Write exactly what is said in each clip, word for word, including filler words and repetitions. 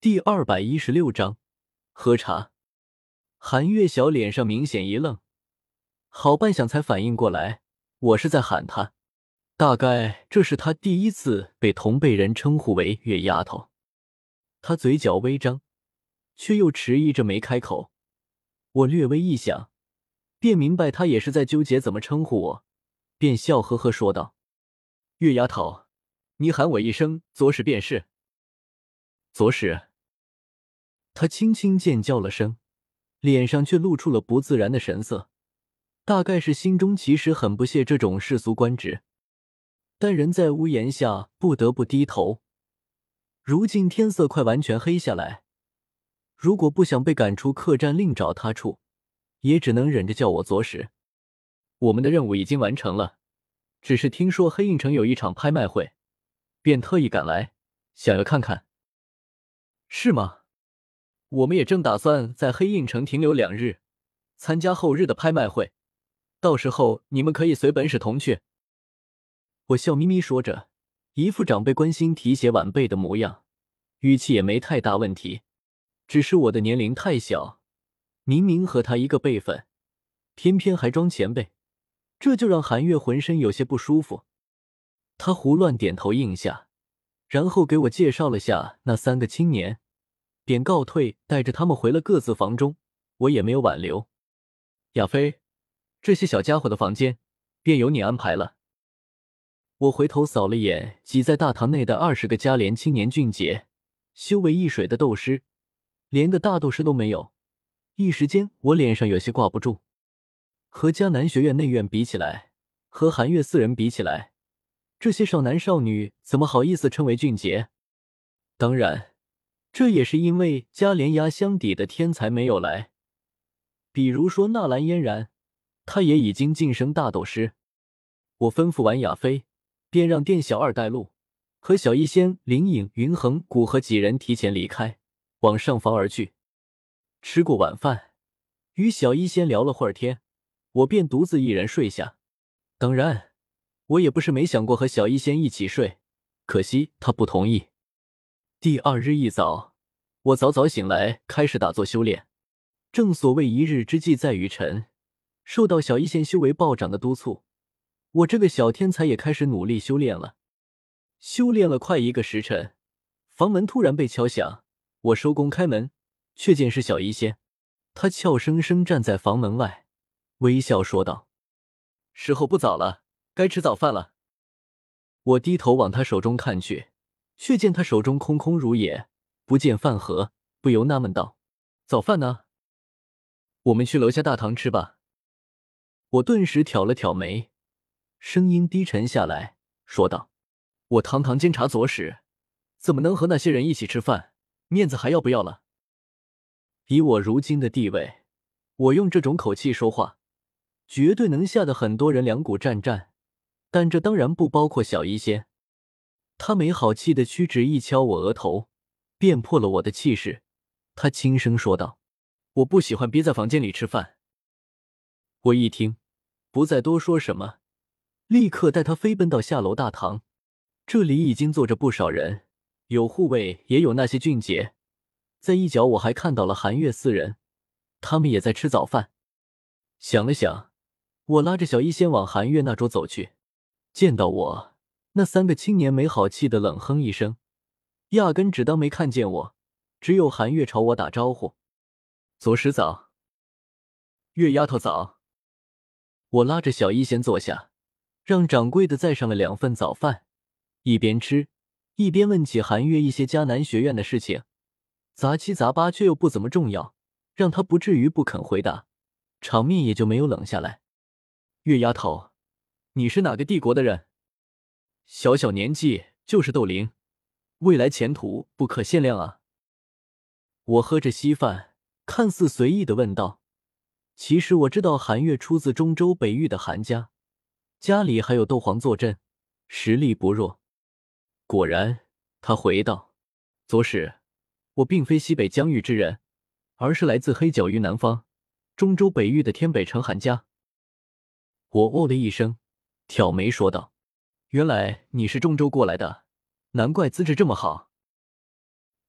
第二百一十六章喝茶。韩月小脸上明显一愣，好半晌才反应过来，我是在喊她。大概这是她第一次被同辈人称呼为月丫头。她嘴角微张，却又迟疑着没开口。我略微一想，便明白她也是在纠结怎么称呼我，便笑呵呵说道：月丫头，你喊我一声左使便是。左使。他轻轻贱叫了声，脸上却露出了不自然的神色，大概是心中其实很不屑这种世俗官职，但人在屋檐下不得不低头。如今天色快完全黑下来，如果不想被赶出客栈另找他处，也只能忍着叫我左使。我们的任务已经完成了，只是听说黑印城有一场拍卖会，便特意赶来，想要看看。是吗？我们也正打算在黑印城停留两日，参加后日的拍卖会，到时候你们可以随本使同去。我笑眯眯说着，一副长辈关心提携晚辈的模样，语气也没太大问题。只是我的年龄太小，明明和他一个辈分，偏偏还装前辈，这就让韩月浑身有些不舒服。他胡乱点头应下，然后给我介绍了下那三个青年，便告退，带着他们回了各自房中，我也没有挽留。亚飞，这些小家伙的房间便由你安排了。我回头扫了眼挤在大堂内的二十个嘉联青年俊杰，修为一水的斗师，连个大斗师都没有。一时间我脸上有些挂不住。和迦南学院内院比起来，和韩月四人比起来，这些少男少女怎么好意思称为俊杰？当然，这也是因为嘉联压箱底的天才没有来，比如说纳兰嫣然，他也已经晋升大斗师。我吩咐完亚飞，便让店小二带路，和小医仙、灵影、云恒、古和几人提前离开，往上房而去。吃过晚饭，与小医仙聊了会儿天，我便独自一人睡下。当然，我也不是没想过和小医仙一起睡，可惜他不同意。第二日一早，我早早醒来，开始打坐修炼。正所谓一日之计在于晨，受到小医仙修为暴涨的督促，我这个小天才也开始努力修炼了。修炼了快一个时辰，房门突然被敲响，我收工开门，却见是小医仙。他俏生生站在房门外，微笑说道：时候不早了，该吃早饭了。我低头往他手中看去，却见他手中空空如也，不见饭盒，不由纳闷道：早饭呢？我们去楼下大堂吃吧。我顿时挑了挑眉，声音低沉下来，说道：我堂堂监察左使，怎么能和那些人一起吃饭？面子还要不要了？以我如今的地位，我用这种口气说话，绝对能吓得很多人两股战战，但这当然不包括小医仙。他没好气的屈指一敲我额头，便破了我的气势。他轻声说道：我不喜欢憋在房间里吃饭。我一听，不再多说什么，立刻带他飞奔到下楼大堂。这里已经坐着不少人，有护卫，也有那些俊杰。在一角我还看到了韩月四人，他们也在吃早饭。想了想，我拉着小医仙往韩月那桌走去。见到我，那三个青年没好气的冷哼一声，压根只当没看见我，只有韩月朝我打招呼：左使早。月丫头早。我拉着小医仙坐下，让掌柜的再上了两份早饭，一边吃一边问起韩月一些迦南学院的事情，杂七杂八却又不怎么重要，让他不至于不肯回答，场面也就没有冷下来。月丫头，你是哪个帝国的人？小小年纪就是斗灵，未来前途不可限量啊。我喝着稀饭，看似随意地问道。其实我知道韩月出自中州北域的韩家，家里还有斗皇坐镇，实力不弱。果然，他回道：左使，我并非西北疆域之人，而是来自黑角域南方中州北域的天北城韩家。我哦了一声，挑眉说道：原来你是中州过来的，难怪资质这么好。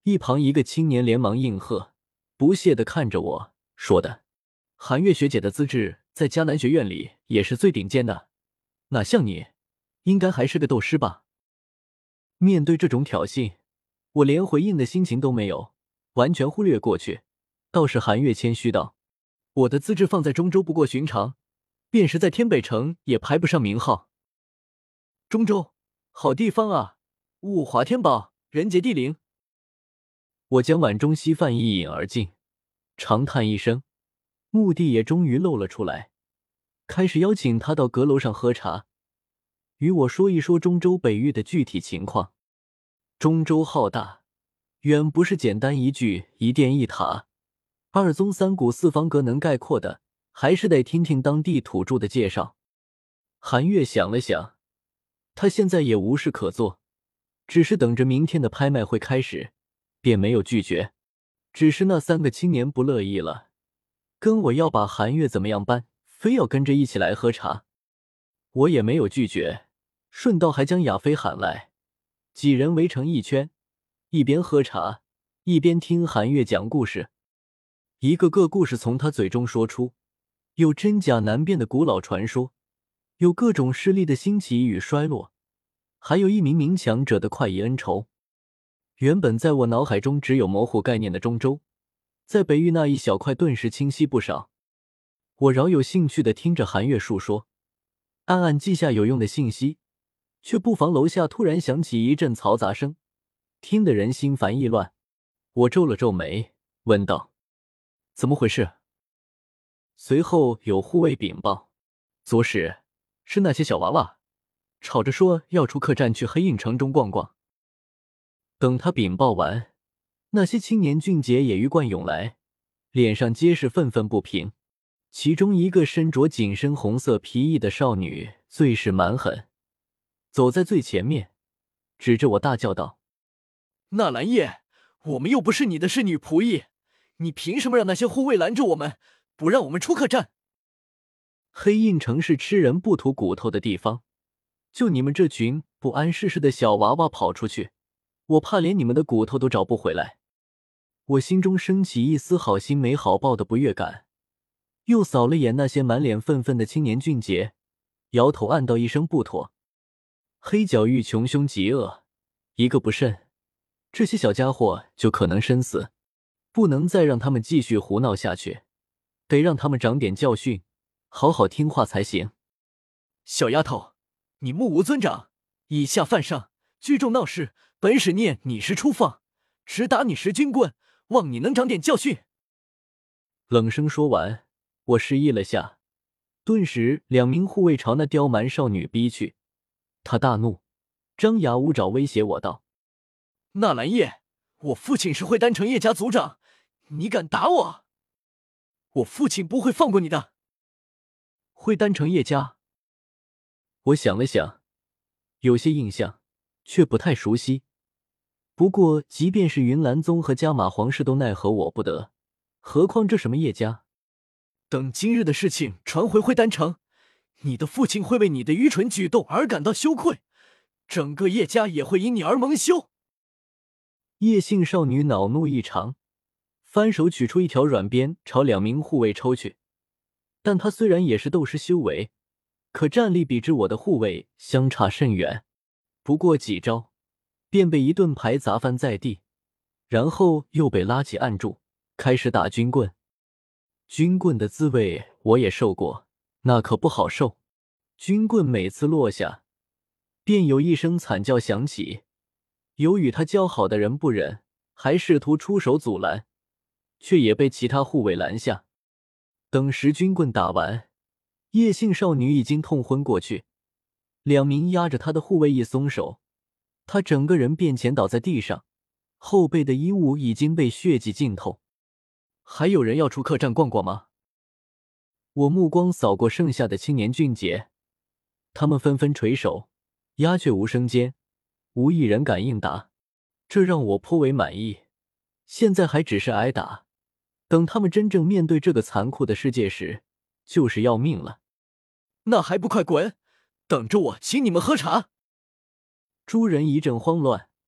一旁一个青年连忙应和，不屑地看着我，说的：“韩月学姐的资质在迦南学院里也是最顶尖的，哪像你，应该还是个斗师吧？”面对这种挑衅，我连回应的心情都没有，完全忽略过去。倒是韩月谦虚道：“我的资质放在中州不过寻常，便是在天北城也排不上名号。”中州，好地方啊，物华天宝，人杰地灵。我将碗中稀饭一饮而尽，长叹一声，目的也终于露了出来，开始邀请他到阁楼上喝茶，与我说一说中州北域的具体情况。中州浩大，远不是简单一句一殿一塔、二宗三谷四方阁能概括的，还是得听听当地土著的介绍。韩月想了想，他现在也无事可做，只是等着明天的拍卖会开始，便没有拒绝。只是那三个青年不乐意了，跟我要把韩月怎么样办，非要跟着一起来喝茶。我也没有拒绝，顺道还将亚飞喊来，几人围成一圈，一边喝茶，一边听韩月讲故事。一个个故事从他嘴中说出，有真假难辨的古老传说，有各种势力的兴起与衰落，还有一名名强者的快意恩仇。原本在我脑海中只有模糊概念的中州，在北域那一小块顿时清晰不少。我饶有兴趣地听着韩月述说，暗暗记下有用的信息，却不妨楼下突然响起一阵嘈杂声，听得人心烦意乱。我皱了皱眉，问道：“怎么回事？”随后有护卫禀报：“左使，是那些小娃娃，吵着说要出客栈去黑印城中逛逛。”等他禀报完，那些青年俊杰也鱼贯涌来，脸上皆是愤愤不平。其中一个身着紧身红色皮衣的少女最是蛮横，走在最前面，指着我大叫道：“纳兰叶，我们又不是你的侍女仆役，你凭什么让那些护卫拦着我们，不让我们出客栈？黑印城是吃人不吐骨头的地方，就你们这群不谙世事的小娃娃跑出去，我怕连你们的骨头都找不回来。”我心中升起一丝好心没好报的不悦感，又扫了眼那些满脸愤愤的青年俊杰，摇头暗道一声不妥。黑角域穷凶极恶，一个不慎，这些小家伙就可能身死，不能再让他们继续胡闹下去，得让他们长点教训，好好听话才行。小丫头，你目无尊长，以下犯上，聚众闹事，本使念你是初放，只打你十军棍，望你能长点教训。冷声说完，我示意了下，顿时两名护卫朝那刁蛮少女逼去。他大怒，张牙舞爪威胁我道：“纳兰叶，我父亲是会丹城叶家族长，你敢打我，我父亲不会放过你的。”会丹城叶家？我想了想，有些印象，却不太熟悉。不过即便是云岚宗和加玛皇室都奈何我不得，何况这什么叶家？等今日的事情传回会丹城，你的父亲会为你的愚蠢举动而感到羞愧，整个叶家也会因你而蒙羞。叶姓少女恼怒异常，翻手取出一条软鞭朝两名护卫抽去。但她虽然也是斗师修为，可战力比之我的护卫相差甚远，不过几招便被一顿牌砸翻在地，然后又被拉起按住，开始打军棍。军棍的滋味我也受过，那可不好受。军棍每次落下，便有一声惨叫响起。有与他交好的人不忍，还试图出手阻拦，却也被其他护卫拦下。等十军棍打完，叶姓少女已经痛昏过去，两名压着她的护卫一松手，她整个人便前倒在地上，后背的衣物已经被血迹浸透。还有人要出客栈逛逛吗？我目光扫过剩下的青年俊杰，他们纷纷垂手，鸦雀无声间，无一人敢应答，这让我颇为满意。现在还只是挨打，等他们真正面对这个残酷的世界时，就是要命了。那还不快滚，等着我请你们喝茶！诸人一阵慌乱，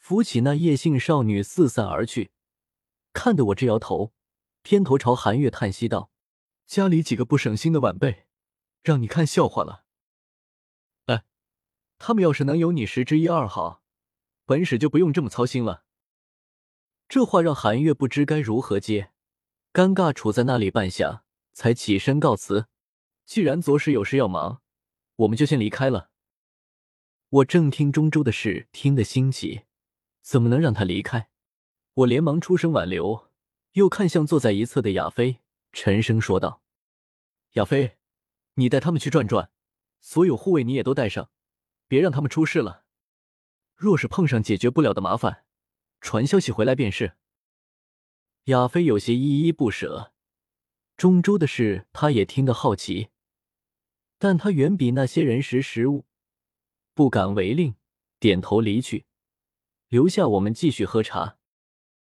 扶起那叶姓少女四散而去，看得我直摇头，偏头朝韩月叹息道：“家里几个不省心的晚辈，让你看笑话了。哎，他们要是能有你十之一二好，本使就不用这么操心了。”这话让韩月不知该如何接，尴尬处在那里半晌，才起身告辞：“既然左使有事要忙，我们就先离开了。”我正听中州的事，听得兴起，怎么能让他离开？我连忙出声挽留，又看向坐在一侧的亚飞，沉声说道：“亚飞，你带他们去转转，所有护卫你也都带上，别让他们出事了。若是碰上解决不了的麻烦，传消息回来便是。”亚飞有些依依不舍，中州的事他也听得好奇，但他远比那些人识时务，不敢违令，点头离去，留下我们继续喝茶。